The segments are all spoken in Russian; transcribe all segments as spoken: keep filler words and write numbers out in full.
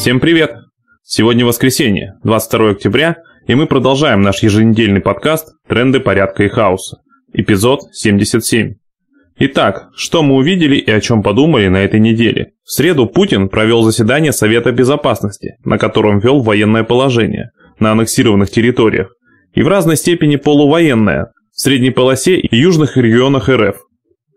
Всем привет! Сегодня воскресенье, двадцать второе октября, и мы продолжаем наш еженедельный подкаст «Тренды порядка и хаоса», эпизод семьдесят семь. Итак, что мы увидели и о чем подумали на этой неделе? В среду Путин провел заседание Совета Безопасности, на котором ввел военное положение на аннексированных территориях и в разной степени полувоенное в средней полосе и южных регионах эр эф.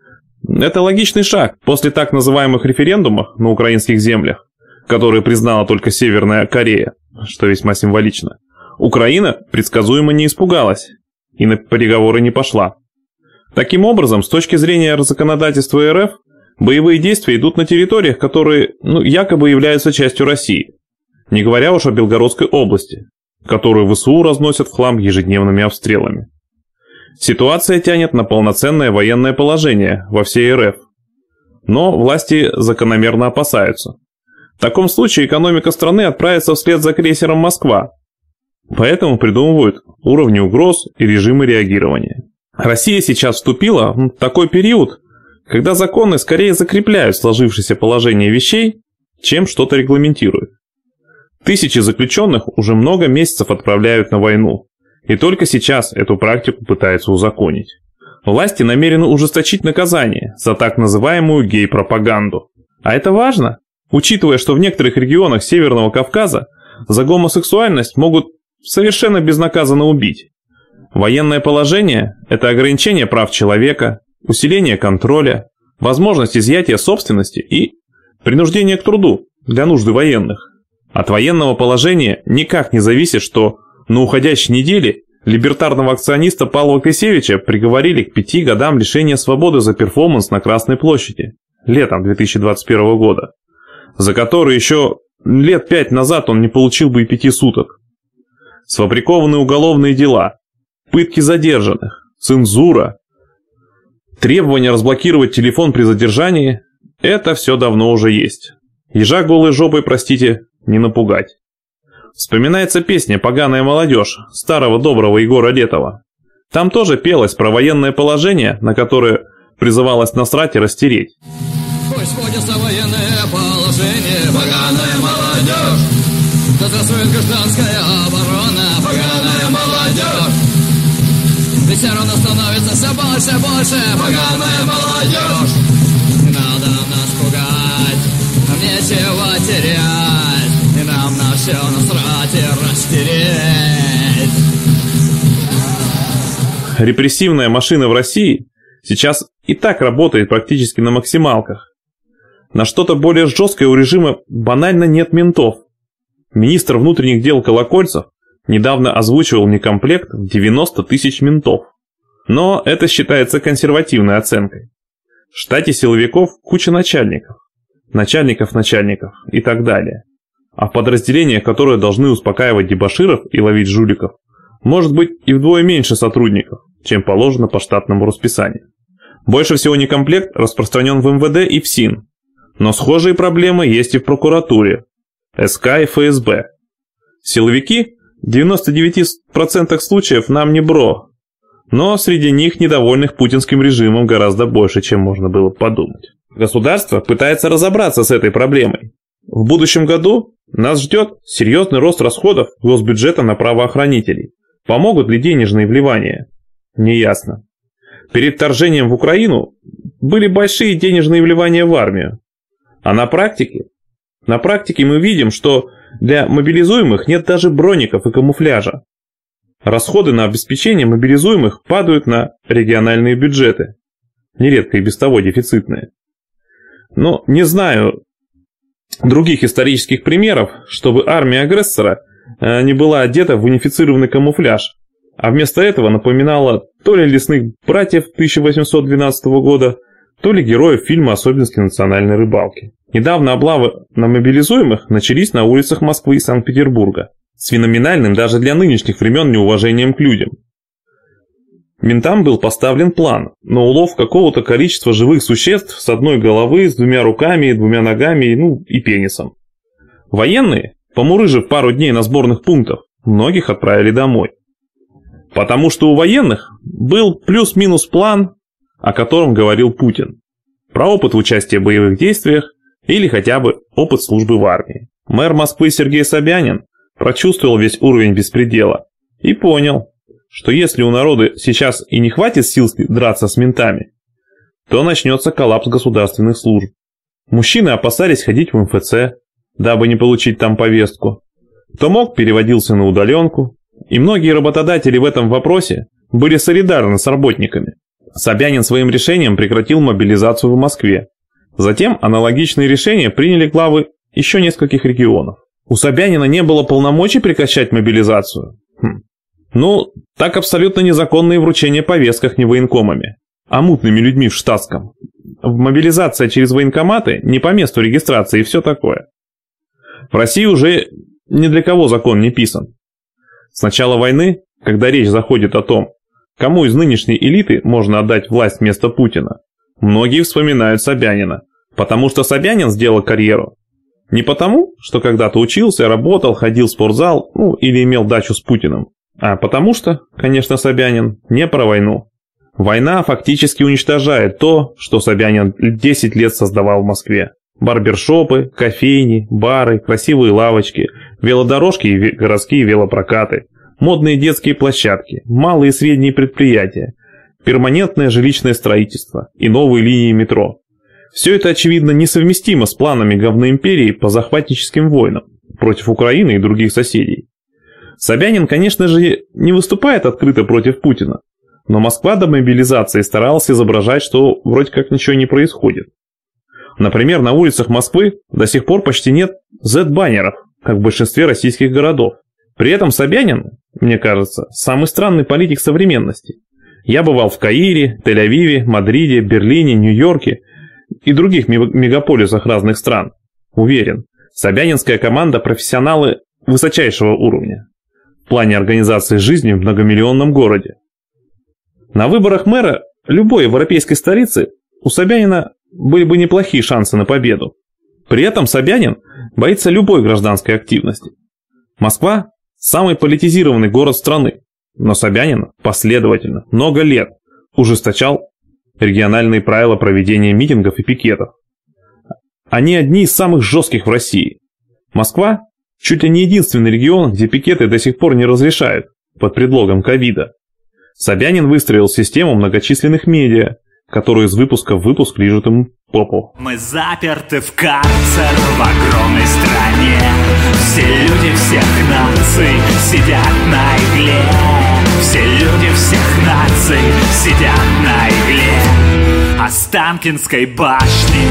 Это логичный шаг после так называемых референдумов на украинских землях, которые признала только Северная Корея, что весьма символично. Украина предсказуемо не испугалась и на переговоры не пошла. Таким образом, с точки зрения законодательства эр эф, боевые действия идут на территориях, которые ну, якобы являются частью России, не говоря уж о Белгородской области, которую вэ эс у разносят в хлам ежедневными обстрелами. Ситуация тянет на полноценное военное положение во всей эр эф, но власти закономерно опасаются. В таком случае экономика страны отправится вслед за крейсером «Москва», поэтому придумывают уровни угроз и режимы реагирования. Россия сейчас вступила в такой период, когда законы скорее закрепляют сложившееся положение вещей, чем что-то регламентируют. Тысячи заключенных уже много месяцев отправляют на войну, и только сейчас эту практику пытаются узаконить. Власти намерены ужесточить наказание за так называемую гей-пропаганду. А это важно, учитывая, что в некоторых регионах Северного Кавказа за гомосексуальность могут совершенно безнаказанно убить. Военное положение – это ограничение прав человека, усиление контроля, возможность изъятия собственности и принуждение к труду для нужды военных. От военного положения никак не зависит, что на уходящей неделе либертарного акциониста Павла Кисевича приговорили к пяти годам лишения свободы за перформанс на Красной площади летом две тысячи двадцать первого года, за который еще лет пять назад он не получил бы и пяти суток. Сфабрикованные уголовные дела, пытки задержанных, цензура, требование разблокировать телефон при задержании – это все давно уже есть. Ежа голой жопой, простите, не напугать. Вспоминается песня «Поганая молодежь» старого доброго Егора Летова. Там тоже пелось про военное положение, на которое призывалось насрать и растереть. Пусть вводится военное положение, поганая молодежь, да здравствует гражданская оборона, поганая молодежь. Ведь все равно становится все больше и больше, поганая молодежь. Не надо нас пугать, нам нечего терять, и нам на все насрать и растереть. Репрессивная машина в России сейчас и так работает практически на максималках. На что-то более жесткое у режима банально нет ментов. Министр внутренних дел Колокольцев недавно озвучивал некомплект в девяносто тысяч ментов. Но это считается консервативной оценкой. В штате силовиков куча начальников, начальников начальников и так далее. А в подразделениях, которые должны успокаивать дебоширов и ловить жуликов, может быть и вдвое меньше сотрудников, чем положено по штатному расписанию. Больше всего некомплект распространен в эм вэ дэ и в СИН. Но схожие проблемы есть и в прокуратуре, эс ка и эф эс бэ. Силовики в девяноста девяти процентах случаев нам не бро, но среди них недовольных путинским режимом гораздо больше, чем можно было подумать. Государство пытается разобраться с этой проблемой. В будущем году нас ждет серьезный рост расходов госбюджета на правоохранителей. Помогут ли денежные вливания? Неясно. Перед вторжением в Украину были большие денежные вливания в армию. А на практике? На практике мы видим, что для мобилизуемых нет даже броников и камуфляжа. Расходы на обеспечение мобилизуемых падают на региональные бюджеты, нередко и без того дефицитные. Но не знаю других исторических примеров, чтобы армия агрессора не была одета в унифицированный камуфляж, а вместо этого напоминала то ли лесных братьев тысяча восемьсот двенадцатого года, то ли героев фильма «Особенности национальной рыбалки». Недавно облавы на мобилизуемых начались на улицах Москвы и Санкт-Петербурга с феноменальным даже для нынешних времен неуважением к людям. Ментам был поставлен план на улов какого-то количества живых существ с одной головы, с двумя руками, двумя ногами, ну и пенисом. Военные, помурыжив пару дней на сборных пунктах, многих отправили домой. Потому что у военных был плюс-минус план, о котором говорил Путин. Про опыт участия в боевых действиях или хотя бы опыт службы в армии. Мэр Москвы Сергей Собянин прочувствовал весь уровень беспредела и понял, что если у народа сейчас и не хватит сил драться с ментами, то начнется коллапс государственных служб. Мужчины опасались ходить в эм эф цэ, дабы не получить там повестку. Кто мог, переводился на удаленку, и многие работодатели в этом вопросе были солидарны с работниками. Собянин своим решением прекратил мобилизацию в Москве. Затем аналогичные решения приняли главы еще нескольких регионов. У Собянина не было полномочий прекращать мобилизацию. Хм. Ну, так абсолютно незаконные вручения повестках не военкомами, а мутными людьми в штатском. Мобилизация через военкоматы не по месту регистрации и все такое. В России уже ни для кого закон не писан. С начала войны, когда речь заходит о том, кому из нынешней элиты можно отдать власть вместо Путина, многие вспоминают Собянина, потому что Собянин сделал карьеру. Не потому, что когда-то учился, работал, ходил в спортзал, ну или имел дачу с Путиным, а потому что, конечно, Собянин не про войну. Война фактически уничтожает то, что Собянин десять лет создавал в Москве. Барбершопы, кофейни, бары, красивые лавочки, велодорожки и городские велопрокаты, модные детские площадки, малые и средние предприятия, перманентное жилищное строительство и новые линии метро. Все это, очевидно, несовместимо с планами говноимперии по захватническим войнам против Украины и других соседей. Собянин, конечно же, не выступает открыто против Путина, но Москва до мобилизации старалась изображать, что вроде как ничего не происходит. Например, на улицах Москвы до сих пор почти нет зет-баннеров, как в большинстве российских городов. При этом Собянин, мне кажется, самый странный политик современности. Я бывал в Каире, Тель-Авиве, Мадриде, Берлине, Нью-Йорке и других мегаполисах разных стран. Уверен, собянинская команда – профессионалы высочайшего уровня в плане организации жизни в многомиллионном городе. На выборах мэра любой европейской столицы у Собянина были бы неплохие шансы на победу. При этом Собянин боится любой гражданской активности. Москва – самый политизированный город страны, но Собянин последовательно, много лет ужесточал региональные правила проведения митингов и пикетов. Они одни из самых жестких в России. Москва – чуть ли не единственный регион, где пикеты до сих пор не разрешают под предлогом ковида. Собянин выстроил систему многочисленных медиа, которые из выпуска в выпуск лижут ему попу. Мы заперты в карцер в огромной стране. Все люди всех наций сидят на игле. Все люди всех наций сидят на игле Останкинской башни.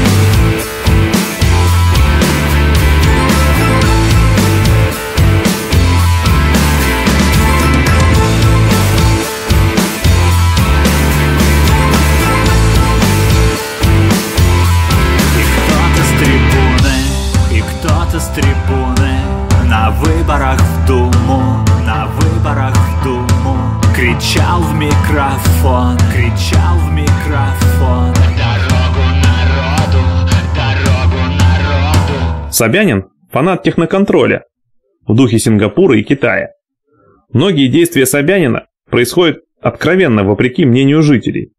С трибуны на выборах в Думу, на выборах в Думу кричал в микрофон, кричал в микрофон: дорогу народу, дорогу народу. Собянин – фанат техноконтроля в духе Сингапура и Китая. Многие действия Собянина происходят откровенно вопреки мнению жителей.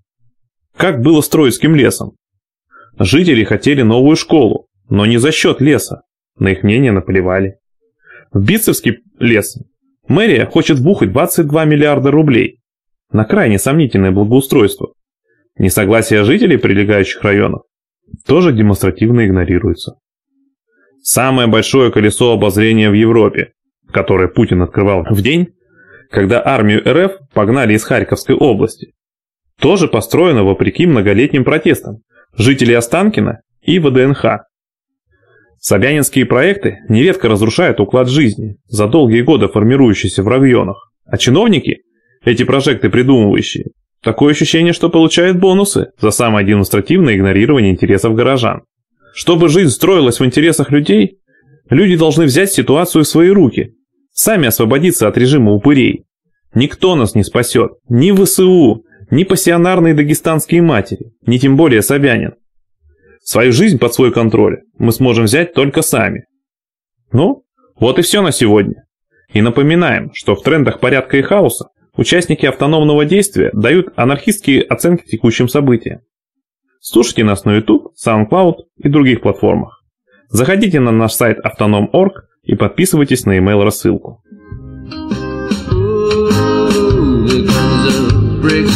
Как было с Троицким лесом? Жители хотели новую школу, но не за счет леса. На их мнение наплевали. В Битцевский лес мэрия хочет вбухать двадцать два миллиарда рублей на крайне сомнительное благоустройство. Несогласие жителей прилегающих районов тоже демонстративно игнорируется. Самое большое колесо обозрения в Европе, которое Путин открывал в день, когда армию эр эф погнали из Харьковской области, тоже построено вопреки многолетним протестам жителей Останкина и вэ дэ эн ха. Собянинские проекты нередко разрушают уклад жизни, за долгие годы формирующийся в районах. А чиновники, эти прожекты придумывающие, такое ощущение, что получают бонусы за самое демонстративное игнорирование интересов горожан. Чтобы жизнь строилась в интересах людей, люди должны взять ситуацию в свои руки, сами освободиться от режима упырей. Никто нас не спасет, ни вэ эс у, ни пассионарные дагестанские матери, ни тем более Собянин. Свою жизнь под свой контроль мы сможем взять только сами. Ну, вот и все на сегодня. И напоминаем, что в трендах порядка и хаоса участники автономного действия дают анархистские оценки текущим событиям. Слушайте нас на YouTube, SoundCloud и других платформах. Заходите на наш сайт автоном точка орг и подписывайтесь на email рассылку. Bricks